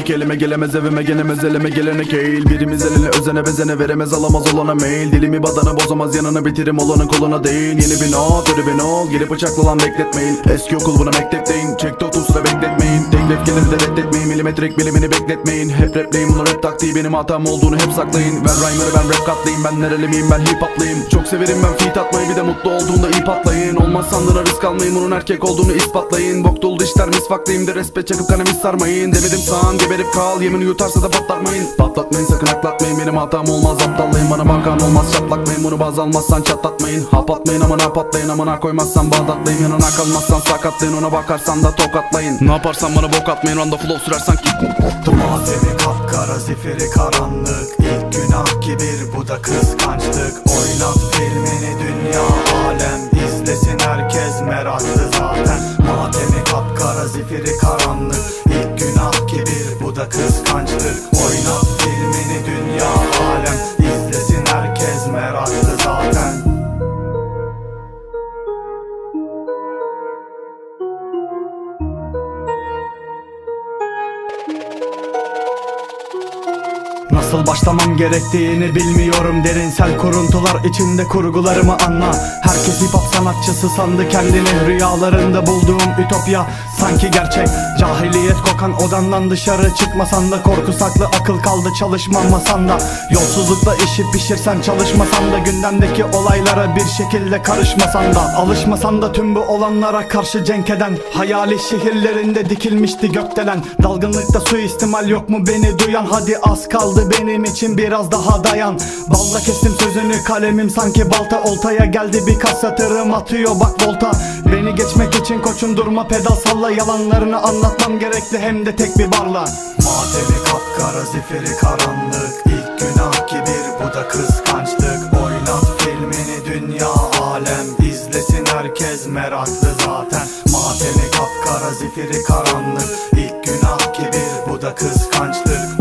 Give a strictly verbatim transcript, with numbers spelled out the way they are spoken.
yetenek elime gelemez, evime gelemez, elime gelenek eğil. Birimiz eline özene bezene veremez, alamaz olana mail. Dilimi badana bozamaz, yanına bitirim olanın koluna değil. Yeni bir not, öyle bir not, gelip bıçaklı lan bekletmeyin. Eski okul buna mektepteyim, çekti otuz sıra bekletmeyin. Teklif gelir de reddetmeyin, milimetrik bilimini bekletmeyin. Hep rapleyin, bunu rap taktiği benim hatam olduğunu hep saklayın. Ben rhymer'ı, ben rap katlayayım, ben nereli miyim, ben hip hoplıyım. Çok severim ben feat atmayı, bir de mutlu olduğunda iyi patlayın. Olmaz sandığına risk almayın, bunun erkek olduğunu ispatlayın. Bok dolu dişler misfaklıyım de respet çakıp kanemi sarmayın. Demedim sağın geberip kal, yemin yutarsa da patlatmayın. Patlatmayın sakın aklatmayın, benim hatam olmaz aptallayın. Bana bakan olmaz çatlakmayın, bunu baz almazsan çatlatmayın. Hap atmayın amına patlayın, amına koymazsan bağdatlayın. Yanına kalmazsan sakatlayın, ona bakarsan da tokatlayın. Ne yaparsan bana bok atmayın, randa flow sürersen ki Mademi kapkara zifiri karanlık, İlk günah kibir, bu da kıskançlık. Oynat filmini dünya alem izlesin, herkes meraklı zaten. Mademi kapkara zifiri karanlık, İlk günah kibir, bu da kıskançlık. Oynat filmini dünya alem izlesin, herkes meraklı zaten. Nasıl başlamam gerektiğini bilmiyorum. Derinsel kuruntular içinde kurgularımı anla. Herkes hip hop sanatçısı sandı kendini. Rüyalarında bulduğum ütopya sanki gerçek. Cahiliyet kokan odandan dışarı çıkmasan da, korku saklı akıl kaldı çalışmam masanda. Yolsuzlukla işi pişirsen çalışmasan da, gündemdeki olaylara bir şekilde karışmasan da, alışmasan da tüm bu olanlara karşı cenk eden, hayali şehirlerinde dikilmişti gökdelen. Dalgınlıkta suistimal yok mu beni duyan? Hadi az kaldı benim için biraz daha dayan. Balla kestim sözünü, kalemim sanki balta. Oltaya geldi birkaç satırım atıyor bak volta. Beni geçmek için koçum durma pedal salla. Yalanlarını anlatmam gerekli hem de tek bir barla. Mademi kapkara zifiri karanlık, İlk günah kibir, bu da kıskançlık. Oynat filmini dünya alem izlesin, herkes meraklı zaten. Mademi kapkara zifiri karanlık, İlk günah kibir, bu da kıskançlık.